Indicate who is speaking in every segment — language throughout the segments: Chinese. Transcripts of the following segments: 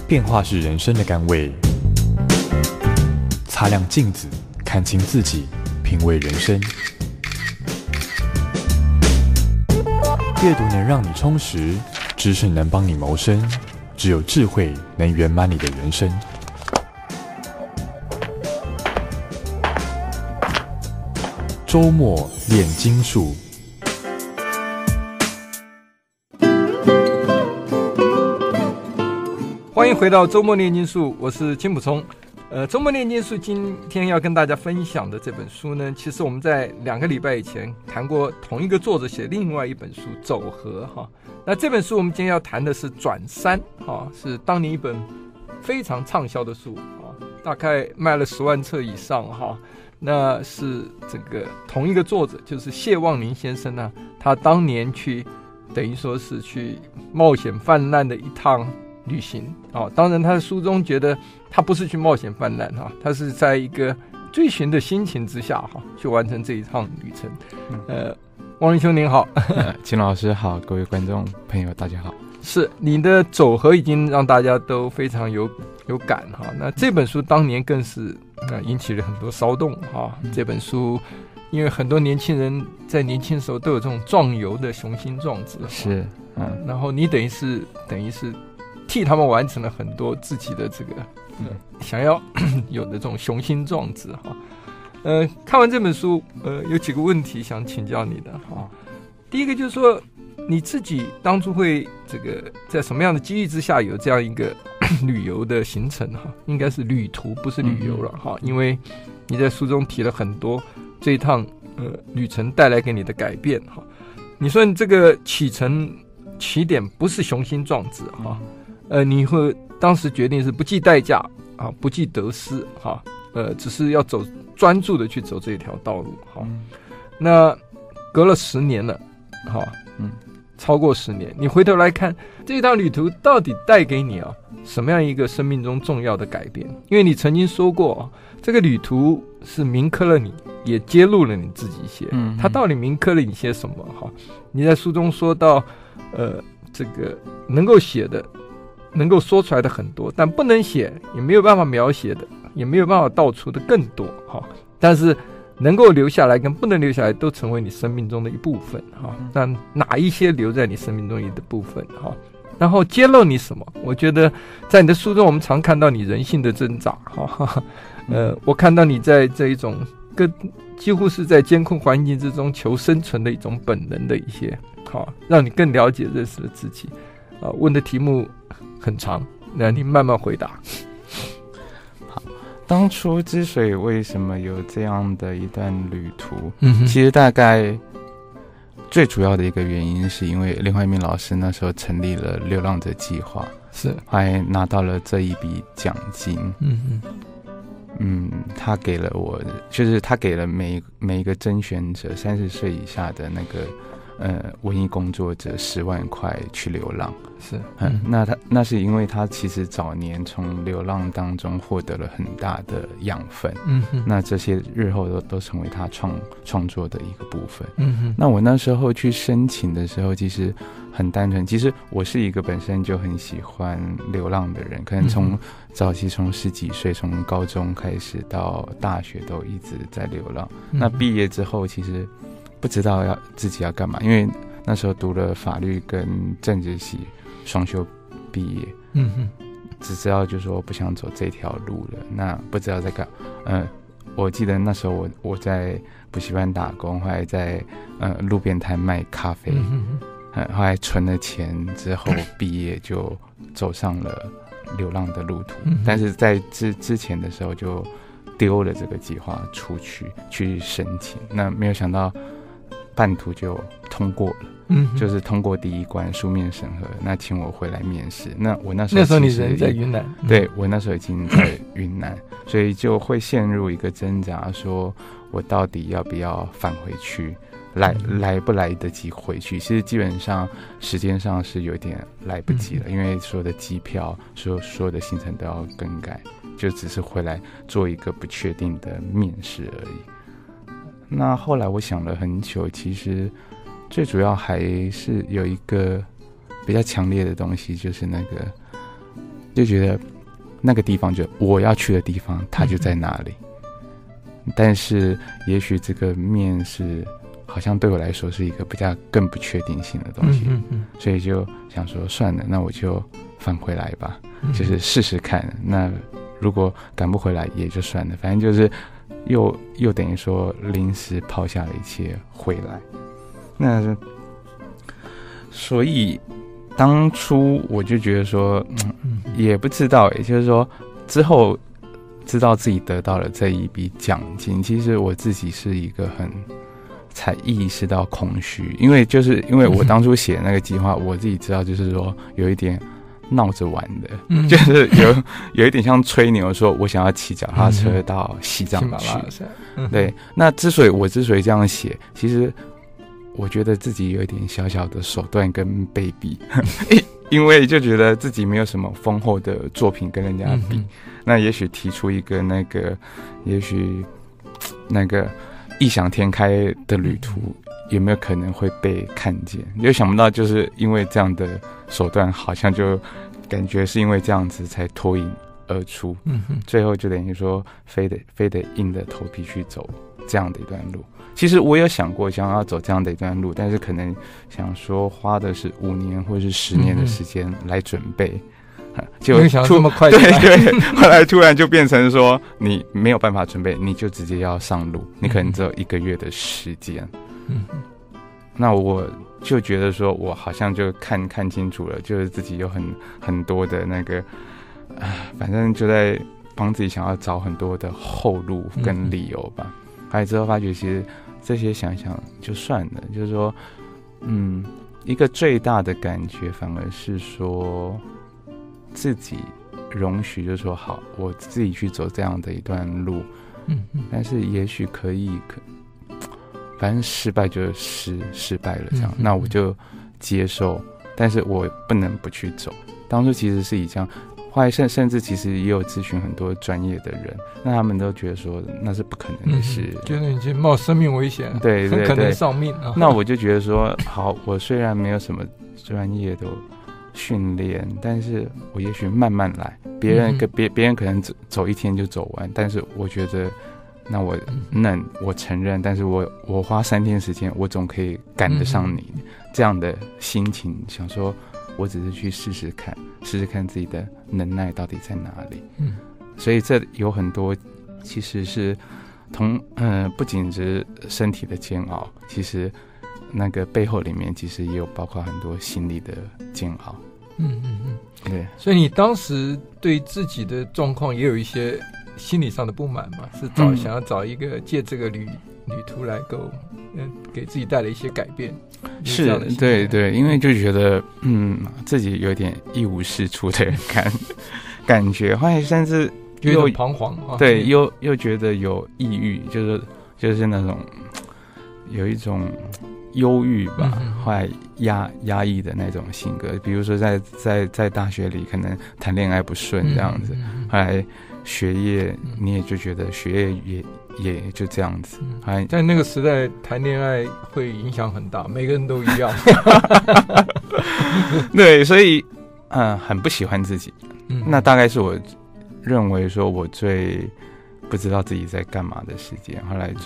Speaker 1: 变化是人生的甘味。擦亮镜子，看清自己，品味人生。阅读能让你充实，知识能帮你谋生，只有智慧能圆满你的人生。周末炼金术。
Speaker 2: 欢迎回到周末炼金术，我是金补充。周末炼金术今天要跟大家分享的这本书呢，其实我们在2个礼拜以前谈过同一个作者写另外一本书《走合》哈。那这本书我们今天要谈的是《转山》哈，是当年一本非常畅销的书啊，大概卖了10万册以上哈。那是这个同一个作者，就是谢旺霖先生呢，他当年去等于说是去冒险泛滥的一趟旅行啊。当然他的书中觉得他不是去冒险泛滥哈，他是在一个追寻的心情之下哈，去完成这一趟旅程。汪林兄您好。
Speaker 3: 秦老师好，各位观众朋友大家好。
Speaker 2: 是你的走合已经让大家都非常有感哈。那这本书当年更是引起了很多骚动哈。这本书因为很多年轻人在年轻的时候都有这种壮游的雄心壮志，
Speaker 3: 是
Speaker 2: 然后你等于是替他们完成了很多自己的这个想要有的这种雄心壮志哈。看完这本书有几个问题想请教你的哈。第一个就是说你自己当初会这个在什么样的机遇之下有这样一个旅游的行程哈？应该是旅途不是旅游了哈，因为你在书中提了很多这一趟旅程带来给你的改变哈。你说你这个起点不是雄心壮志哈，你会当时决定是不计代价啊，不计得失哈，只是要专注的去走这条道路哈。那隔了10年了哈，超过10年，你回头来看这趟旅途到底带给你什么样一个生命中重要的改变？因为你曾经说过这个旅途是铭刻了你，也揭露了你自己一些。它到底铭刻了你些什么哈？你在书中说到，这个能够写的、能够说出来的很多，但不能写，也没有办法描写的，也没有办法道出的更多哈。但是能够留下来跟不能留下来都成为你生命中的一部分哈。那哪一些留在你生命中的部分哈？然后揭露你什么？我觉得在你的书中，我们常看到你人性的挣扎哈。我看到你在这一种几乎是在艰困环境之中求生存的一种本能的一些好，让你更了解认识了自己问的题目很长，那你慢慢回答。
Speaker 3: 当初之所以为什么有这样的一段旅途，其实大概最主要的一个原因是因为林怀民老师那时候成立了流浪者计划，
Speaker 2: 是
Speaker 3: 还拿到了这一笔奖金。他给了我，就是他给了每一个甄选者30岁以下的那个文艺工作者10万块去流浪。
Speaker 2: 是，
Speaker 3: 那是因为他其实早年从流浪当中获得了很大的养分。那这些日后都成为他创作的一个部分。那我那时候去申请的时候，其实很单纯。其实我是一个本身就很喜欢流浪的人，可能从早期从10几岁，从高中开始到大学都一直在流浪。那毕业之后，其实不知道自己要干嘛，因为那时候读了法律跟政治系双修毕业。只知道就是说不想走这条路了，那不知道在干。我记得那时候我在补习班打工，后来在路边摊卖咖啡。后来存了钱之后毕业就走上了流浪的路途。但是在之前的时候就丢了这个计划出去申请，那没有想到半途就通过了。就是通过第一关书面审核，那请我回来面试。那我那时候
Speaker 2: 你人在云南。
Speaker 3: 对，我那时候已经在云南，所以就会陷入一个挣扎，说我到底要不要返回去，来不来得及回去。其实基本上时间上是有点来不及了，因为所有的机票所有的行程都要更改，就只是回来做一个不确定的面试而已。那后来我想了很久，其实最主要还是有一个比较强烈的东西，就是那个就觉得那个地方就我要去的地方，它就在那里。但是也许这个面是好像对我来说是一个比较更不确定性的东西，所以就想说算了，那我就返回来吧，就是试试看。那如果赶不回来也就算了，反正就是又等于说临时抛下了一切回来。那所以当初我就觉得说，也不知道，也就是说之后知道自己得到了这一笔奖金，其实我自己是一个才意识到空虚，因为我当初写那个计划，我自己知道就是说有一点闹着玩的，就是有一点像吹牛，说我想要骑脚踏车到西藏去。对，那之所以这样写，其实我觉得自己有一点小小的手段跟卑鄙，因为就觉得自己没有什么丰厚的作品跟人家比，那也许提出一个也许那个异想天开的旅途，有没有可能会被看见？就想不到，就是因为这样的手段，好像就感觉是因为这样子才脱颖而出。最后就等于说，非得硬着头皮去走这样的一段路。其实我有想过想要走这样的一段路，但是可能想说花的是5年或是10年的时间来准备。就
Speaker 2: 没有想这么快，
Speaker 3: 对，后来突然就变成说你没有办法准备，你就直接要上路，你可能只有1个月的时间。那我就觉得说我好像就看清楚了，就是自己有很多的那个反正就在帮自己想要找很多的后路跟理由吧。后来之后发觉其实这些想想就算了，就是说一个最大的感觉反而是说自己容许，就是说好，我自己去走这样的一段路，但是也许反正失败就是失败了，这样，那我就接受，但是我不能不去走。当初其实是以这样，后来甚至其实也有咨询很多专业的人，那他们都觉得说那是不可能的事，
Speaker 2: 觉得已经冒生命危险，对，很可能丧命啊。
Speaker 3: 那我就觉得说，好，我虽然没有什么专业的训练，但是我也许慢慢来，别人可能走1天就走完，但是我觉得那我承认，但是我花3天时间，我总可以赶得上你，这样的心情，想说我只是去试试看自己的能耐到底在哪里。所以这有很多其实是不仅是身体的煎熬，其实那个背后里面其实也有包括很多心理的煎熬。对。所
Speaker 2: 以你当时对自己的状况也有一些心理上的不满嘛？是想要找一个借这个旅途来够给自己带来一些改变。
Speaker 3: 是，对，因为就觉得自己有点一无是处的感觉，后来甚至
Speaker 2: 有点彷徨啊。
Speaker 3: 对，又觉得有抑郁，就是那种有一种忧郁吧，后来压抑的那种性格。比如说在大学里可能谈恋爱不顺这样子，后来学业你也就觉得学业也就这样子。
Speaker 2: 在那个时代谈恋爱会影响很大，每个人都一样。
Speaker 3: 对，所以很不喜欢自己。那大概是我认为说我最不知道自己在干嘛的时间，后来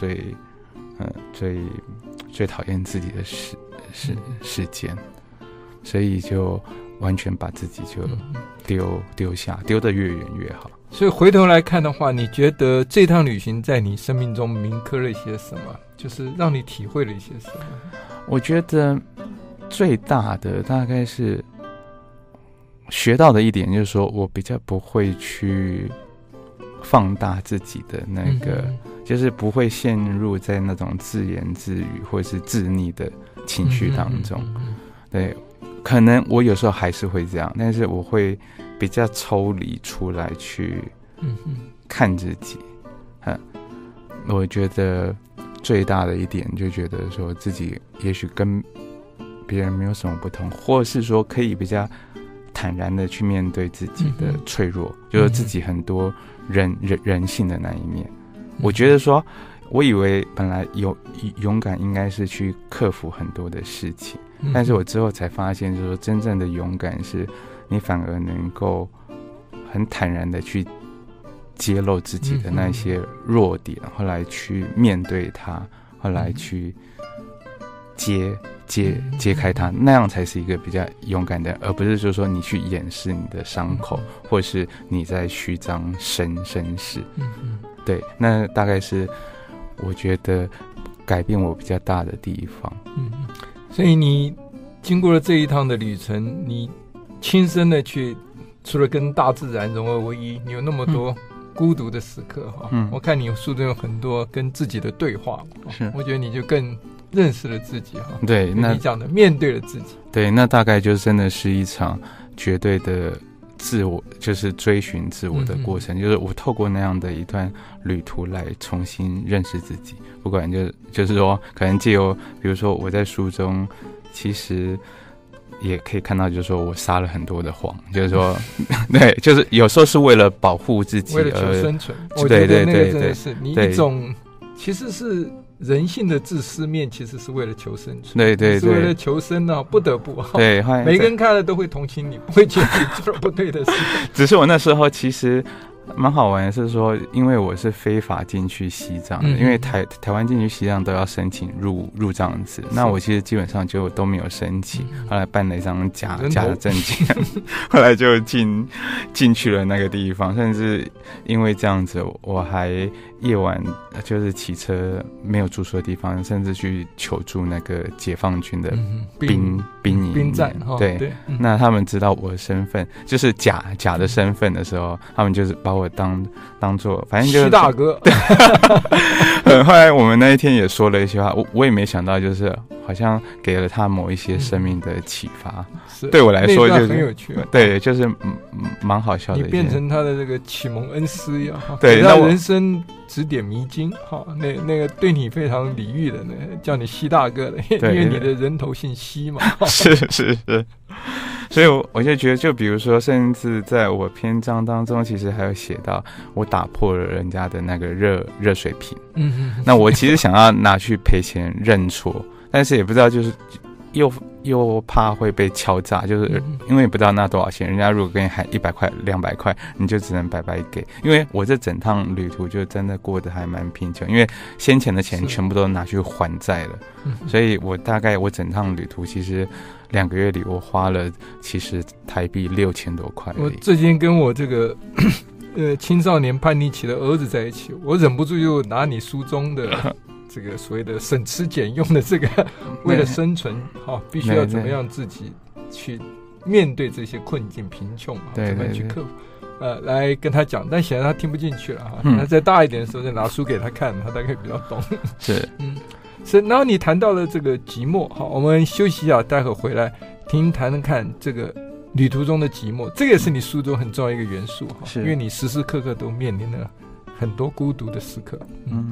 Speaker 3: 最讨厌自己的时间，所以就完全把自己就丢下，丢得越远越好。
Speaker 2: 所以回头来看的话，你觉得这趟旅行在你生命中铭刻了一些什么？就是让你体会了一些什么？
Speaker 3: 我觉得最大的大概是学到的一点，就是说我比较不会去放大自己的那个，就是不会陷入在那种自言自语或是自溺的情绪当中。对，可能我有时候还是会这样，但是我会比较抽离出来去看自己。我觉得最大的一点就觉得说自己也许跟别人没有什么不同，或是说可以比较坦然的去面对自己的脆弱，就是自己很多人性的那一面。我觉得说我以为本来勇敢应该是去克服很多的事情，但是我之后才发现就是说真正的勇敢是你反而能够很坦然的去揭露自己的那些弱点，后来去面对它，后来去揭开它，那样才是一个比较勇敢的，而不是就是说你去掩饰你的伤口，或是你在虚张声势。对，那大概是我觉得改变我比较大的地方。
Speaker 2: 所以你经过了这一趟的旅程，你亲身的去，除了跟大自然融而为一，你有那么多孤独的时刻哈。我看你书中有很多跟自己的对话，我觉得你就更认识了自己哈。
Speaker 3: 对，那
Speaker 2: 你讲的面对了自己。
Speaker 3: 对，那大概就真的是一场绝对的自我，就是追寻自我的过程，就是我透过那样的一段旅途来重新认识自己。不管就是说，可能藉由比如说我在书中，其实也可以看到，就是说我撒了很多的谎，就是说，对，就是有时候是为了保护自己，
Speaker 2: 为了求生存。
Speaker 3: 我觉得那个
Speaker 2: 真的是你一种其实是人性的自私面，其实是为了求生存，对，是为了求生呢，不得不
Speaker 3: 对，
Speaker 2: 每个人看了都会同情你，不会觉得你做了不对的事。
Speaker 3: 只是我那时候其实蛮好玩的是说，因为我是非法进去西藏的，因为台湾进去西藏都要申请入藏纸，那我其实基本上就都没有申请，后来办了一张假的证件，后来就进去了那个地方，甚至因为这样子，我还夜晚就是骑车没有住宿的地方，甚至去求助那个解放军的兵站，对，那他们知道我的身份就是假的身份的时候，他们就是把我当做反正就是
Speaker 2: 徐大哥。
Speaker 3: 后来我们那一天也说了一些话，我也没想到，就是好像给了他某一些生命的启发。对我来说就是
Speaker 2: 很有趣，
Speaker 3: 对，就是蛮好笑的。
Speaker 2: 你变成他的这个启蒙恩师呀，
Speaker 3: 对，
Speaker 2: 让人生指点迷津。哈，那个对你非常礼遇的，叫你西大哥的，因为你的人头姓西嘛。
Speaker 3: 是。所以我就觉得，就比如说，甚至在我篇章当中，其实还有写到我打破了人家的那个热水瓶。那我其实想要拿去赔钱认错，但是也不知道就是又怕会被敲诈，就是因为不知道那多少钱，人家如果跟你喊100块、200块，你就只能白白给。因为我这整趟旅途就真的过得还蛮贫穷，因为先前的钱全部都拿去还债了，所以我大概我整趟旅途其实2个月里我花了其实台币6000多块。
Speaker 2: 我最近跟我这个青少年叛逆期的儿子在一起，我忍不住就拿你书中的这个所谓的省吃俭用的这个为了生存必须要怎么样自己去面对这些困境贫穷怎么去克服来跟他讲，但显然他听不进去了那再大一点的时候再拿书给他看，他大概比较懂。是然后你谈到了这个寂寞，我们休息一下，待会回来谈看这个旅途中的寂寞，这个也是你书中很重要一个元素因为你时时刻刻都面临了很多孤独的时刻。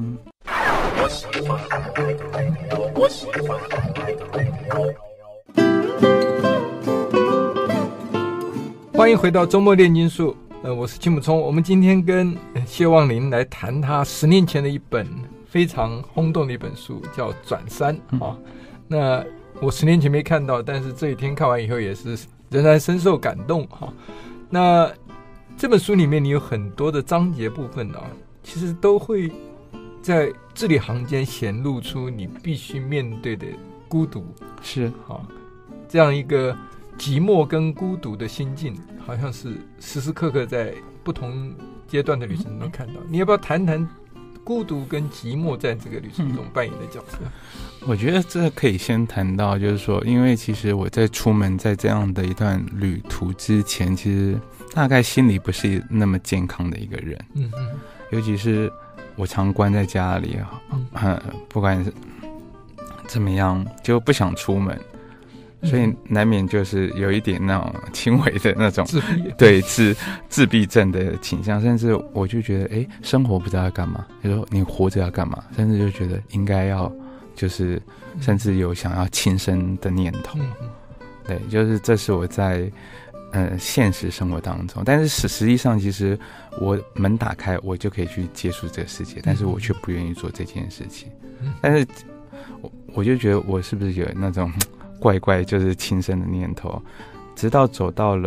Speaker 2: 欢迎回到周末炼金术，我是金姆聪。我们今天跟谢旺霖来谈他10年前的一本非常轰动的一本书，叫《转山》那我10年前没看到，但是这一天看完以后也是仍然深受感动那这本书里面你有很多的章节部分其实都会在字里行间显露出你必须面对的孤独，
Speaker 3: 是
Speaker 2: 这样一个寂寞跟孤独的心境，好像是时时刻刻在不同阶段的旅程中看到。你要不要谈谈孤独跟寂寞在这个旅程中扮演的角色？
Speaker 3: 我觉得这可以先谈到，就是说，因为其实我在出门在这样的一段旅途之前，其实大概心里不是那么健康的一个人。尤其是我常关在家里不管是怎么样就不想出门，所以难免就是有一点那种轻微的那种
Speaker 2: 自闭，
Speaker 3: 对自闭症的倾向，甚至我就觉得生活不知道要干嘛，就说你活着要干嘛，甚至就觉得应该要就是甚至有想要轻生的念头。对，就是这是我在现实生活当中，但是实际上其实我门打开我就可以去接触这个世界，但是我却不愿意做这件事情。但是我就觉得我是不是有那种怪就是轻生的念头，直到走到了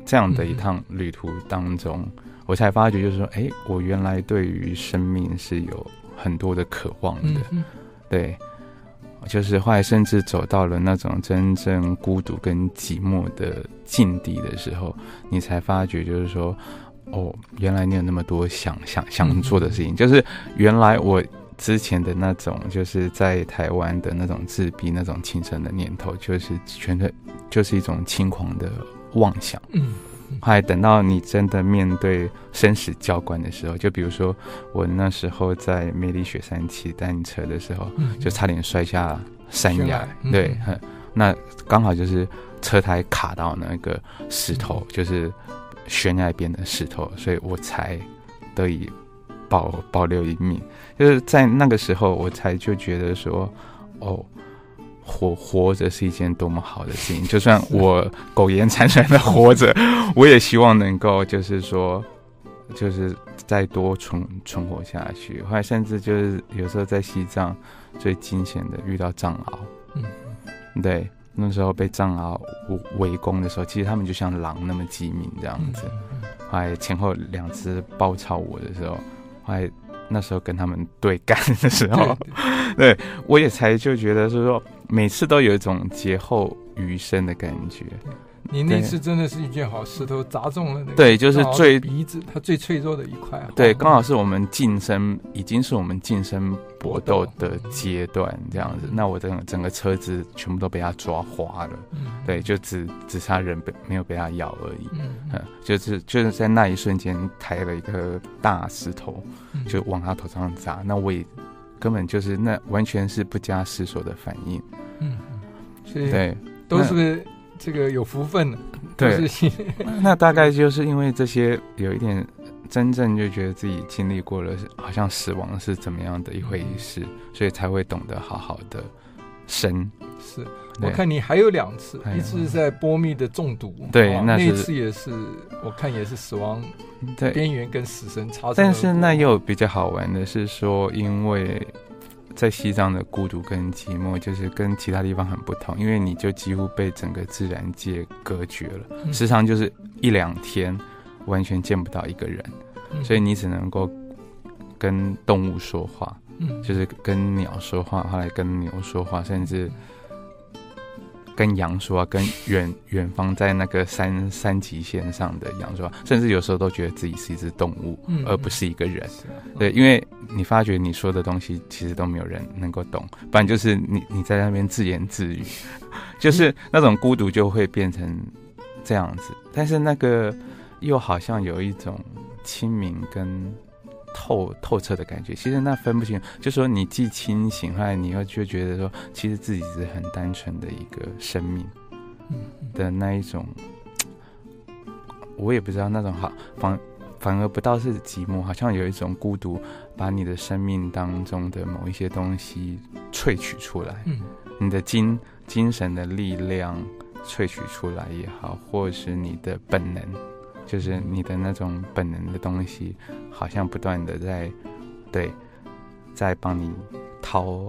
Speaker 3: 这样的一趟旅途当中，我才发觉就是说，我原来对于生命是有很多的渴望的，对，就是后来甚至走到了那种真正孤独跟寂寞的境地的时候，你才发觉就是说，原来你有那么多想做的事情，就是原来我之前的那种就是在台湾的那种自闭那种轻生的念头，就是一种轻狂的妄想。后来等到你真的面对生死交关的时候，就比如说我那时候在梅里雪山骑单车的时候，就差点摔下山崖，对，那刚好就是车胎卡到那个石头，就是悬崖边的石头，所以我才得以保留一命。就是在那个时候，我才就觉得说，活着是一件多么好的事情。就算我苟延残喘的活着，我也希望能够就是说，就是再多存活下去。后来甚至就是有时候在西藏最惊险的遇到藏獒，对，那时候被藏獒围攻的时候，其实他们就像狼那么机敏这样子。后来前后2只包抄我的时候，后来那时候跟他们对干的时候，对，我也才就觉得是说，每次都有一种劫后余生的感觉。
Speaker 2: 你那次真的是一件好，石头砸中了那个，
Speaker 3: 对，就是
Speaker 2: 鼻子，它最脆弱的一块。
Speaker 3: 对，刚好是我们已经是我们近身搏斗的阶段这样子。那我整个车子全部都被它抓花了，对，就只差人没有被它咬而已。就是在那一瞬间抬了一个大石头，就往他头上砸。那我也根本就是那完全是不加思索的反应。
Speaker 2: 所以对，都是这个有福分的，
Speaker 3: 对。那大概就是因为这些有一点真正就觉得自己经历过了，好像死亡是怎么样的一回事，所以才会懂得好好的生。
Speaker 2: 是，我看你还有2次，一次是在波密的中毒，
Speaker 3: 对，
Speaker 2: 那一次也是我看也是死亡边缘跟死神差。
Speaker 3: 但是那又比较好玩的是说，因为在西藏的孤独跟寂寞就是跟其他地方很不同，因为你就几乎被整个自然界隔绝了，时常就是1-2天完全见不到一个人，所以你只能够跟动物说话，就是跟鸟说话，后来跟牛说话，甚至跟羊说话，跟远方在那个三极线上的羊说话，甚至有时候都觉得自己是一只动物，而不是一个人。对，因为你发觉你说的东西其实都没有人能够懂，不然就是你在那边自言自语，就是那种孤独就会变成这样子。但是那个又好像有一种清明跟透彻的感觉，其实那分不清，就说你既清醒，后来你又就觉得说，其实自己是很单纯的一个生命的那一种，我也不知道那种好，反而不到是寂寞，好像有一种孤独，把你的生命当中的某一些东西萃取出来，你的精神的力量萃取出来也好，或是你的本能。就是你的那种本能的东西，好像不断的在帮你掏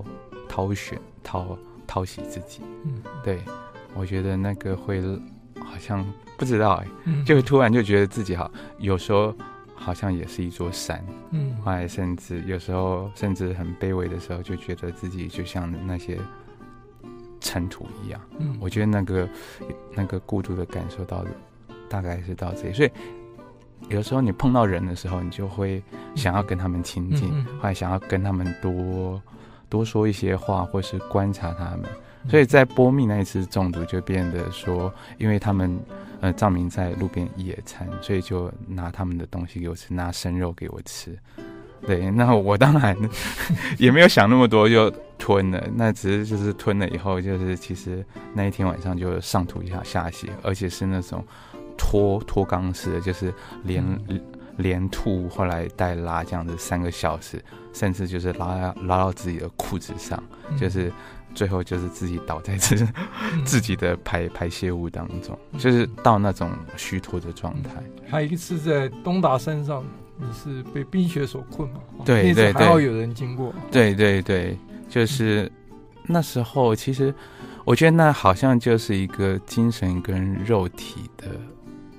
Speaker 3: 洗自己。对，我觉得那个会好像不知道就突然就觉得自己有时候好像也是一座山，后来有时候甚至很卑微的时候，就觉得自己就像那些尘土一样。我觉得那个孤独的感受到的。大概是到这里，所以有时候你碰到人的时候，你就会想要跟他们亲近，或者想要跟他们多说一些话，或是观察他们。所以在波密那一次中毒，就变得说，因为他们藏民在路边野餐，所以就拿他们的东西给我吃，拿生肉给我吃。对，那我当然也没有想那么多，就吞了。那只是就是吞了以后，就是其实那一天晚上就上吐下泻，而且是那种脱肛式的，就是连吐，后来带拉这样子3个小时，甚至就是拉到自己的裤子上，就是最后就是自己倒在自己的排泄物当中，就是到那种虚脱的状态。
Speaker 2: 还有一次在东达山上，你是被冰雪所困嘛？
Speaker 3: 对对对，
Speaker 2: 还好有人经过。
Speaker 3: 对对对，就是那时候，其实我觉得那好像就是一个精神跟肉体的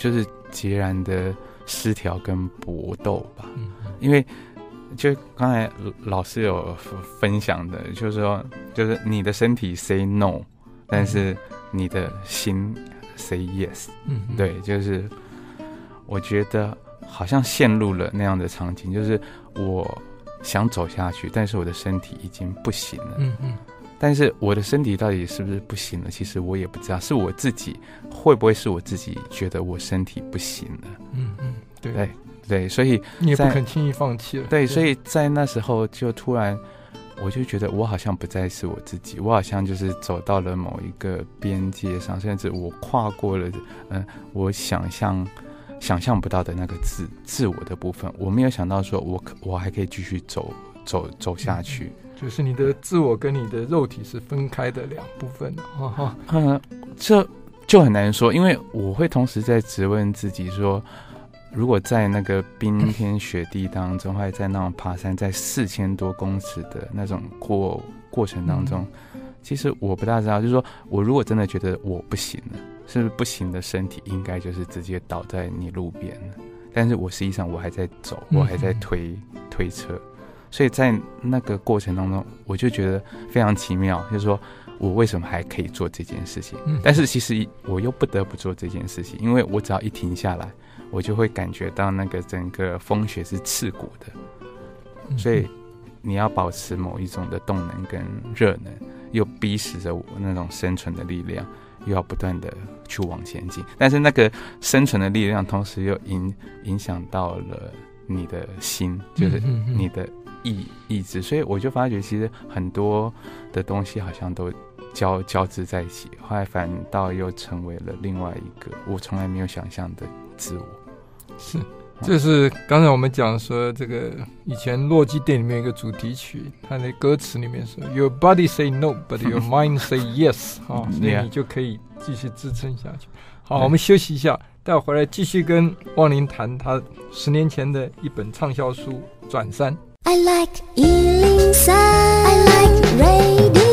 Speaker 3: 就是截然的失调跟搏斗吧。因为就刚才老师有分享的，就是说，就是你的身体 say no， 但是你的心 say yes。对，就是我觉得好像陷入了那样的场景，就是我想走下去，但是我的身体已经不行了。但是我的身体到底是不是不行了？其实我也不知道，是我自己会不会是我自己觉得我身体不行了？对，所以
Speaker 2: 你也不肯轻易放弃了。
Speaker 3: 对，所以在那时候就突然，我就觉得我好像不再是我自己，我好像就是走到了某一个边界上，甚至我跨过了我想象不到的那个自我的部分。我没有想到说我还可以继续走下去。
Speaker 2: 就是你的自我跟你的肉体是分开的两部分。
Speaker 3: 这就很难说，因为我会同时在质问自己说，如果在那个冰天雪地当中，还在那种爬山，在4000多公尺的那种过程当中，其实我不大知道，就是说我如果真的觉得我不行了，是不是不行的身体应该就是直接倒在你路边了？但是我实际上我还在走，我还在推车。所以在那个过程当中，我就觉得非常奇妙，就是说我为什么还可以做这件事情？但是其实我又不得不做这件事情，因为我只要一停下来，我就会感觉到那个整个风雪是刺骨的。所以你要保持某一种的动能跟热能，又逼使着我那种生存的力量，又要不断的去往前进。但是那个生存的力量，同时又影响到了你的心，就是你的意志。所以我就发觉其实很多的东西好像都交织在一起，后来反倒又成为了另外一个我从来没有想象的自我。
Speaker 2: 是，这是刚才我们讲说，这个以前洛基店里面有一个主题曲，它的歌词里面说 Your body say no, but your mind say yes 所以你就可以继续支撑下去。好，我们休息一下，待会回来继续跟旺霖谈他10年前的一本畅销书《转山》。
Speaker 4: I like 103, I like radio。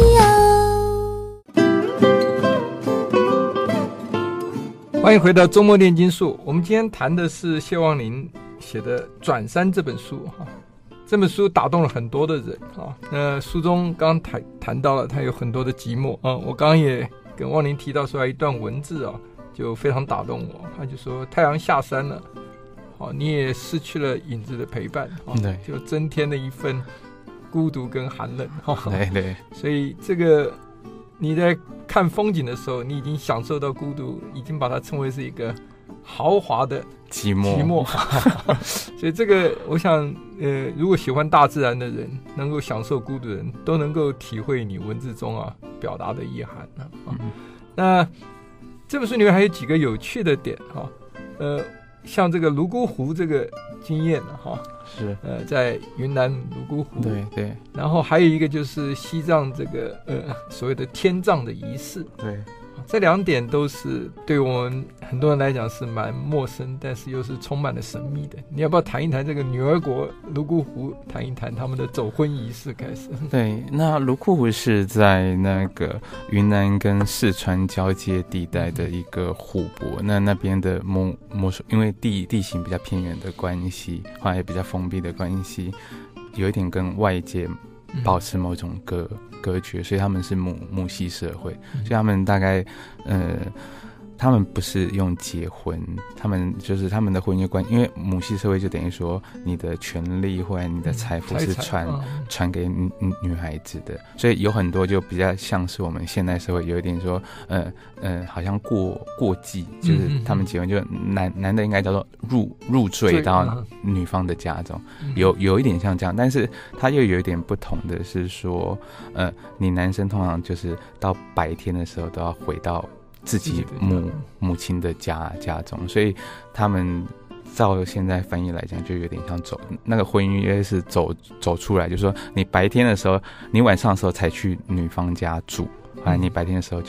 Speaker 2: 欢迎回到周末炼金术。我们今天谈的是谢旺霖写的《转山》这本书。这本书打动了很多的人。书中刚谈到了他有很多的寂寞。我刚刚也跟旺霖提到说一段文字就非常打动我。他就说太阳下山了，你也失去了影子的陪伴，
Speaker 3: 对，
Speaker 2: 就增添了一份孤独跟寒冷。
Speaker 3: 对，
Speaker 2: 所以这个你在看风景的时候，你已经享受到孤独，已经把它称为是一个豪华的
Speaker 3: 寂寞。
Speaker 2: 所以这个我想如果喜欢大自然的人，能够享受孤独的人，都能够体会你文字中表达的意涵。那这本书里面还有几个有趣的点。像这个泸沽湖这个经验
Speaker 3: 是
Speaker 2: 在云南泸沽湖。
Speaker 3: 对。
Speaker 2: 然后还有一个就是西藏这个所谓的天葬的仪式。
Speaker 3: 对。
Speaker 2: 这两点都是对我们很多人来讲是蛮陌生，但是又是充满了神秘的。你要不要谈一谈这个女儿国泸沽湖，谈一谈他们的走婚仪式开始？
Speaker 3: 对，那泸沽湖是在那个云南跟四川交界地带的一个湖泊。那边的因为地形比较偏远的关系，后来也比较封闭的关系，有一点跟外界保持某种隔绝，所以他们是母系社会，所以他们大概他们不是用结婚，他们就是他们的婚姻观，因为母系社会就等于说你的权利或者你的财富是传给女孩子的，所以有很多就比较像是我们现代社会有一点说好像过继，就是他们结婚就男的应该叫做入赘到女方的家中，有一点像这样，但是他又有一点不同的是说你男生通常就是到白天的时候都要回到自己母亲的家中，所以他们照现在翻译来讲，就有点像那个婚姻约是走出来，就是说你白天的时候，你晚上的时候才去女方家住，后来你白天的时候就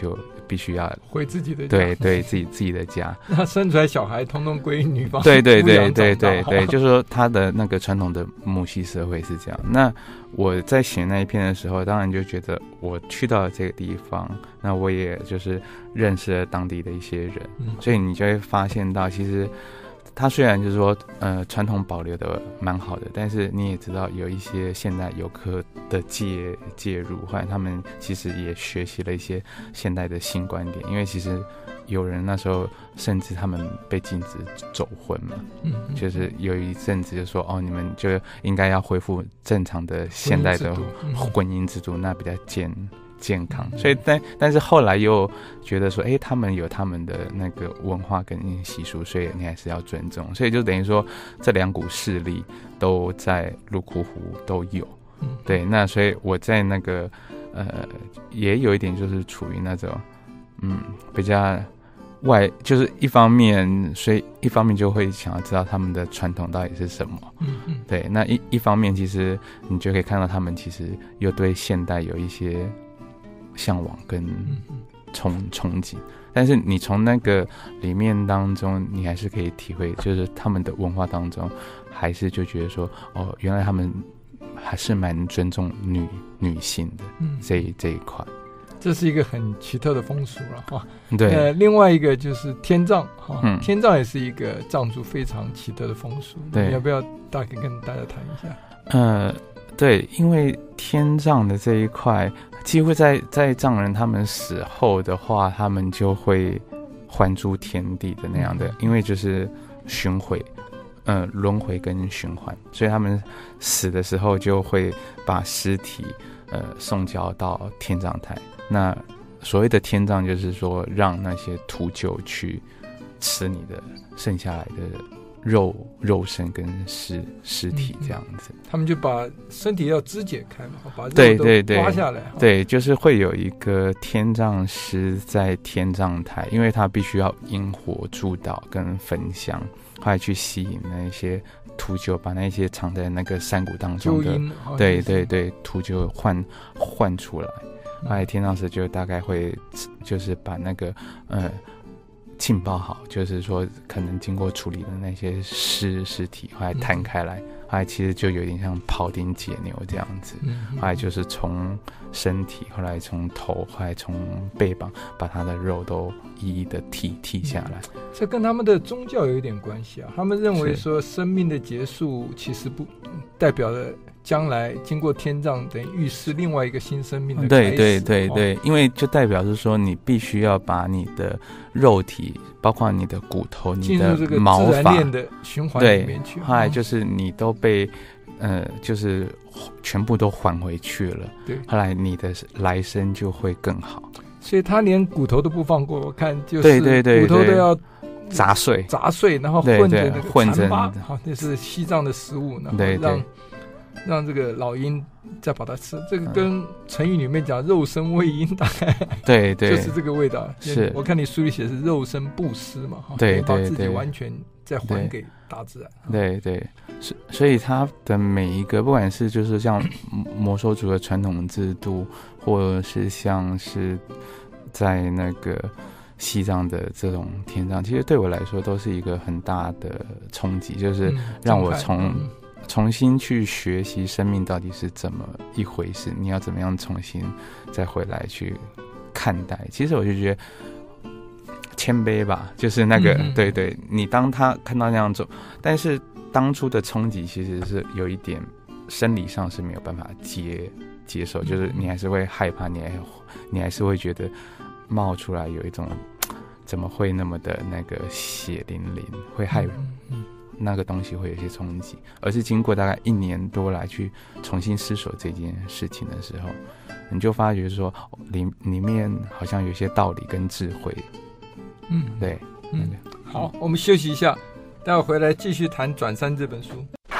Speaker 3: 必须要
Speaker 2: 回自己的家，
Speaker 3: 对自己的家。
Speaker 2: 那生出来小孩通通归女方
Speaker 3: 对，就是说他的那个传统的母系社会是这样。那我在写那一篇的时候，当然就觉得我去到了这个地方，那我也就是认识了当地的一些人，所以你就会发现到，其实他虽然就是说传统保留的蛮好的，但是你也知道有一些现代游客的介入，后来他们其实也学习了一些现代的新观点，因为其实有人那时候甚至他们被禁止走婚嘛，就是有一阵子就说你们就应该要恢复正常的现代的婚姻制度，那比较健康，所以但是后来又觉得说，他们有他们的那个文化跟习俗，所以你还是要尊重，所以就等于说这两股势力都在鹿窟湖都有，对，那所以我在那个也有一点就是处于那种比较就是一方面，所以一方面就会想要知道他们的传统到底是什么，对，那一方面其实你就可以看到他们其实又对现代有一些向往跟憧憬，但是你从那个里面当中，你还是可以体会，就是他们的文化当中，还是就觉得说，原来他们还是蛮尊重女性的这一块。
Speaker 2: 这是一个很奇特的风俗了哈。
Speaker 3: 对，
Speaker 2: 另外一个就是天葬哈，天葬也是一个藏族非常奇特的风俗。对，你要不要大概跟大家谈一下？
Speaker 3: 对，因为天葬的这一块，几乎在藏人他们死后的话，他们就会还诸天地的那样的，因为就是巡回。轮回跟循环，所以他们死的时候就会把尸体送交到天葬台。那所谓的天葬就是说让那些秃鹫去吃你的剩下来的肉身跟尸体这样子，
Speaker 2: 他们就把身体要肢解开嘛，把肉都刮下来。
Speaker 3: 对，就是会有一个天葬师在天葬台，因为他必须要引火祝祷跟焚香，后来去吸引那些秃鹫，把那些藏在那个山谷当中的对秃鹫换出来。后来天葬师就大概会就是把那个浸泡好，就是说可能经过处理的那些尸体后来摊开来，后来其实就有点像庖丁解牛这样子，后来就是从身体，后来从头，后来从背膀把他的肉都一一的剔下来。
Speaker 2: 这跟他们的宗教有一点关系啊，他们认为说生命的结束其实不代表了将来经过天葬等于预示另外一个新生命的开始。
Speaker 3: 对，因为就代表是说你必须要把你的肉体，包括你的骨头、你的毛发，进入这个自然链
Speaker 2: 的循环里面去。
Speaker 3: 后来就是你都被就是全部都还回去了。对，后来你的来生就会更好。
Speaker 2: 所以他连骨头都不放过，我看就是骨头都要
Speaker 3: 砸碎，
Speaker 2: 然后混着那个残巴，好，那是西藏的食物，然后让这个老鹰再把它吃，这个跟成语里面讲肉身喂鹰大概对就是这个味道。是我看你书里写是肉身布施嘛，对，把自己完全再还给大自然。
Speaker 3: 对，所以它的每一个，不管是就是像摩梭族的传统制度，或者是像是在那个西藏的这种天葬，其实对我来说都是一个很大的冲击，就是让我重新去学习生命到底是怎么一回事，你要怎么样重新再回来去看待。其实我就觉得谦卑吧，就是那个对，你当他看到那样做，但是当初的冲击其实是有一点生理上是没有办法接受，就是你还是会害怕，你还是会觉得冒出来有一种怎么会那么的那个血淋淋，会害那个东西会有些冲击，而是经过大概1年多来去重新思索这件事情的时候，你就发觉说里面好像有些道理跟智慧。对，
Speaker 2: 好，我们休息一下，待会回来继续谈《转山》这本书。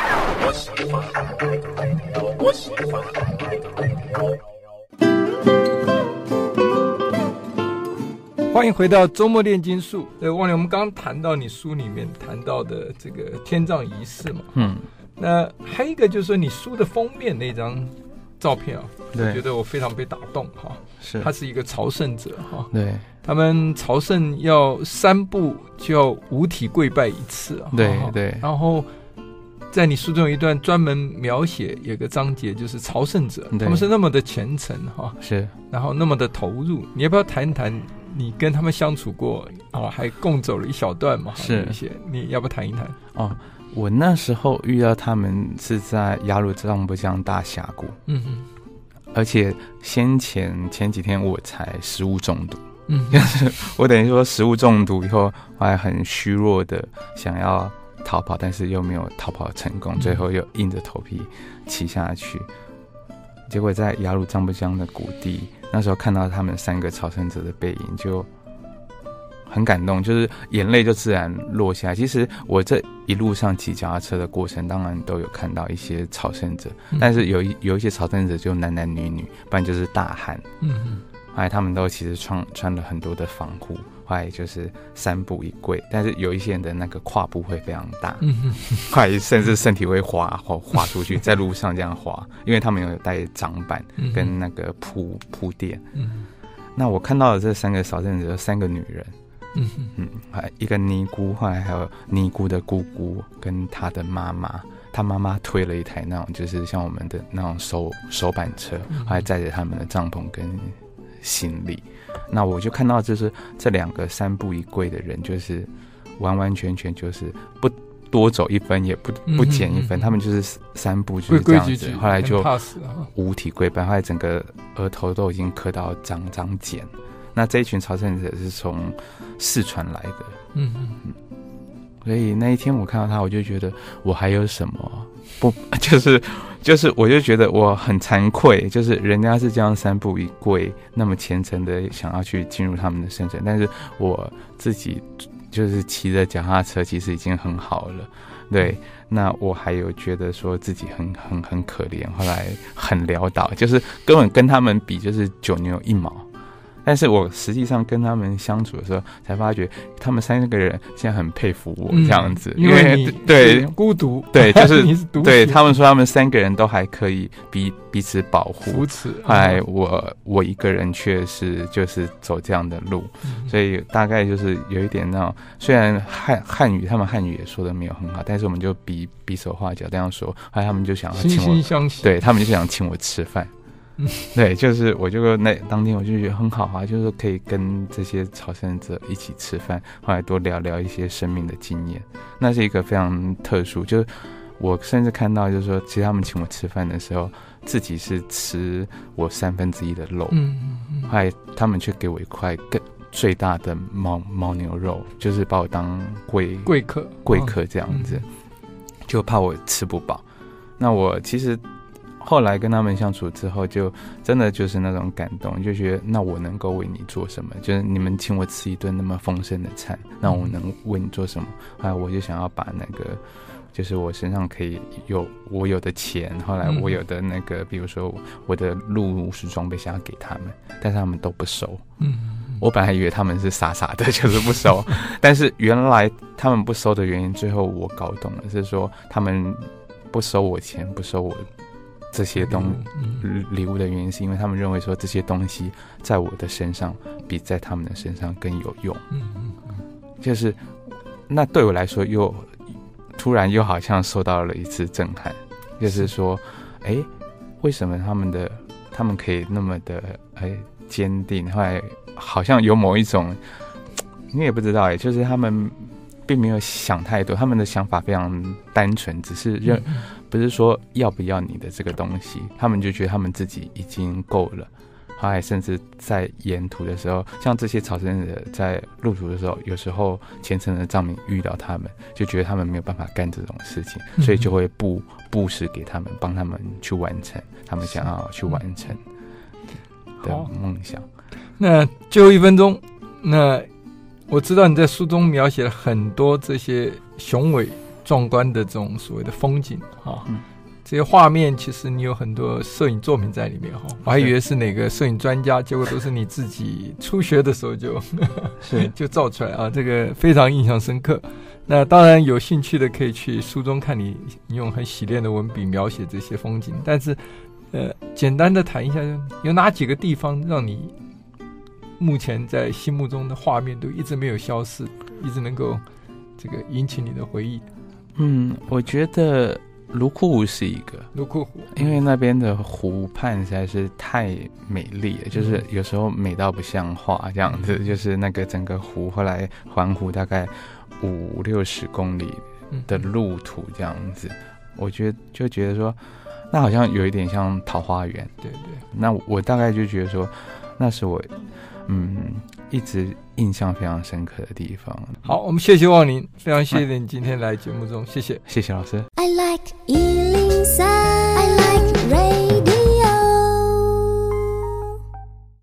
Speaker 2: 欢迎回到周末炼金术。忘了我们刚刚谈到你书里面谈到的这个天葬仪式嘛，那还有一个就是说你书的封面那张照片啊，
Speaker 3: 对，
Speaker 2: 我觉得我非常被打动哈。
Speaker 3: 是，
Speaker 2: 他是一个朝圣者哈。
Speaker 3: 对，
Speaker 2: 他们朝圣要3步就要五体跪拜1次啊。
Speaker 3: 对对。
Speaker 2: 然后在你书中有一段专门描写，有个章节就是朝圣者，他们是那么的虔诚哈，
Speaker 3: 是，
Speaker 2: 然后那么的投入。你要不要谈一谈你跟他们相处过啊？还共走了一小段嘛？
Speaker 3: 是
Speaker 2: 一些，你要不要谈一谈？
Speaker 3: 哦，我那时候遇到他们是在雅鲁藏布江大峡谷，而且前几天我才食物中毒，就是我等于说食物中毒以后，我还很虚弱的想要逃跑，但是又没有逃跑成功，最后又硬着头皮骑下去。结果在雅鲁藏布江的谷地，那时候看到他们3个朝圣者的背影，就很感动，就是眼泪就自然落下来。其实我这一路上骑脚踏车的过程，当然都有看到一些朝圣者，但是有一些朝圣者就男男女女，不然就是大汉。后来他们都其实穿了很多的防护，后来就是3步一跪，但是有一些人的那个胯部会非常大，后来甚至身体会滑出去，在路上这样滑，因为他们有带掌板跟那个铺垫。那我看到的这3个朝圣者，3个女人。一个尼姑，后来还有尼姑的姑姑跟她的妈妈，她妈妈推了一台那种就是像我们的那种手板车，还载着他们的帐篷跟行李。那我就看到就是这2个3步一跪的人，就是完完全全就是不多走1分也不减1分，他们就是3步就是这样子，后来就五体跪拜，后来整个额头都已经磕到长茧。那这一群朝圣者是从四川来的，所以那一天我看到他，我就觉得我还有什么不，就是我就觉得我很惭愧，就是人家是这样3步一跪，那么虔诚的想要去进入他们的圣城，但是我自己就是骑着脚踏车，其实已经很好了。对，那我还有觉得说自己很可怜，后来很潦倒，就是根本跟他们比就是9牛1毛。但是我实际上跟他们相处的时候，才发觉他们3个人现在很佩服我这样子，
Speaker 2: 因为你对孤独，
Speaker 3: 对，就是
Speaker 2: 你是独
Speaker 3: 对他们说他们3个人都还可以彼此保护
Speaker 2: 扶持，
Speaker 3: 后来我一个人却是就是走这样的路，所以大概就是有一点那种，虽然汉语他们汉语也说的没有很好，但是我们就比手画脚这样说，后来他们就想要请我，
Speaker 2: 惺惺相惜，
Speaker 3: 对他们就想请我吃饭。对，就是我就那当天我就觉得很好啊，就是可以跟这些朝圣者一起吃饭，后来多聊聊一些生命的经验，那是一个非常特殊。就是我甚至看到，就是说，其实他们请我吃饭的时候，自己是吃我1/3的肉，后来他们却给我一块最大的牦牛肉，就是把我当贵客这样子，就怕我吃不饱。那我其实后来跟他们相处之后，就真的就是那种感动，就觉得那我能够为你做什么？就是你们请我吃一顿那么丰盛的餐，那我能为你做什么？后来我就想要把那个，就是我身上可以我有的钱，后来我有的那个，比如说我的入伍式装备想要给他们，但是他们都不收。我本来以为他们是傻傻的，就是不收，但是原来他们不收的原因，最后我搞懂了，是说他们不收我钱，不收我这些礼物的原因，是因为他们认为说这些东西在我的身上比在他们的身上更有用。就是那对我来说又突然又好像受到了一次震撼，就是说为什么他们可以那么的坚定，后来好像有某一种你也不知道就是他们并没有想太多，他们的想法非常单纯，只是不是说要不要你的这个东西，他们就觉得他们自己已经够了。后来甚至在沿途的时候，像这些朝圣者在路途的时候，有时候虔诚的藏民遇到他们，就觉得他们没有办法干这种事情，所以就会布施给他们，帮他们去完成他们想要去完成的梦想。
Speaker 2: 那最后1分钟，那我知道你在书中描写了很多这些雄伟壮观的这种所谓的风景这些画面其实你有很多摄影作品在里面我还以为是哪个摄影专家，结果都是你自己初学的时候就照出来这个非常印象深刻。那当然有兴趣的可以去书中看你用很洗练的文笔描写这些风景，但是简单的谈一下，有哪几个地方让你目前在心目中的画面都一直没有消失，一直能够这个引起你的回忆？
Speaker 3: 我觉得泸沽湖是一个，
Speaker 2: 泸沽湖，
Speaker 3: 因为那边的湖畔实在是太美丽了，就是有时候美到不像话这样子，就是那个整个湖后来环湖大概50-60公里的路途这样子，我觉得说那好像有一点像桃花源。
Speaker 2: 对，
Speaker 3: 那我大概就觉得说那是我一直印象非常深刻的地方。
Speaker 2: 好，我们谢谢旺霖，非常谢谢你今天来节目中，谢谢
Speaker 3: 老师。
Speaker 4: I like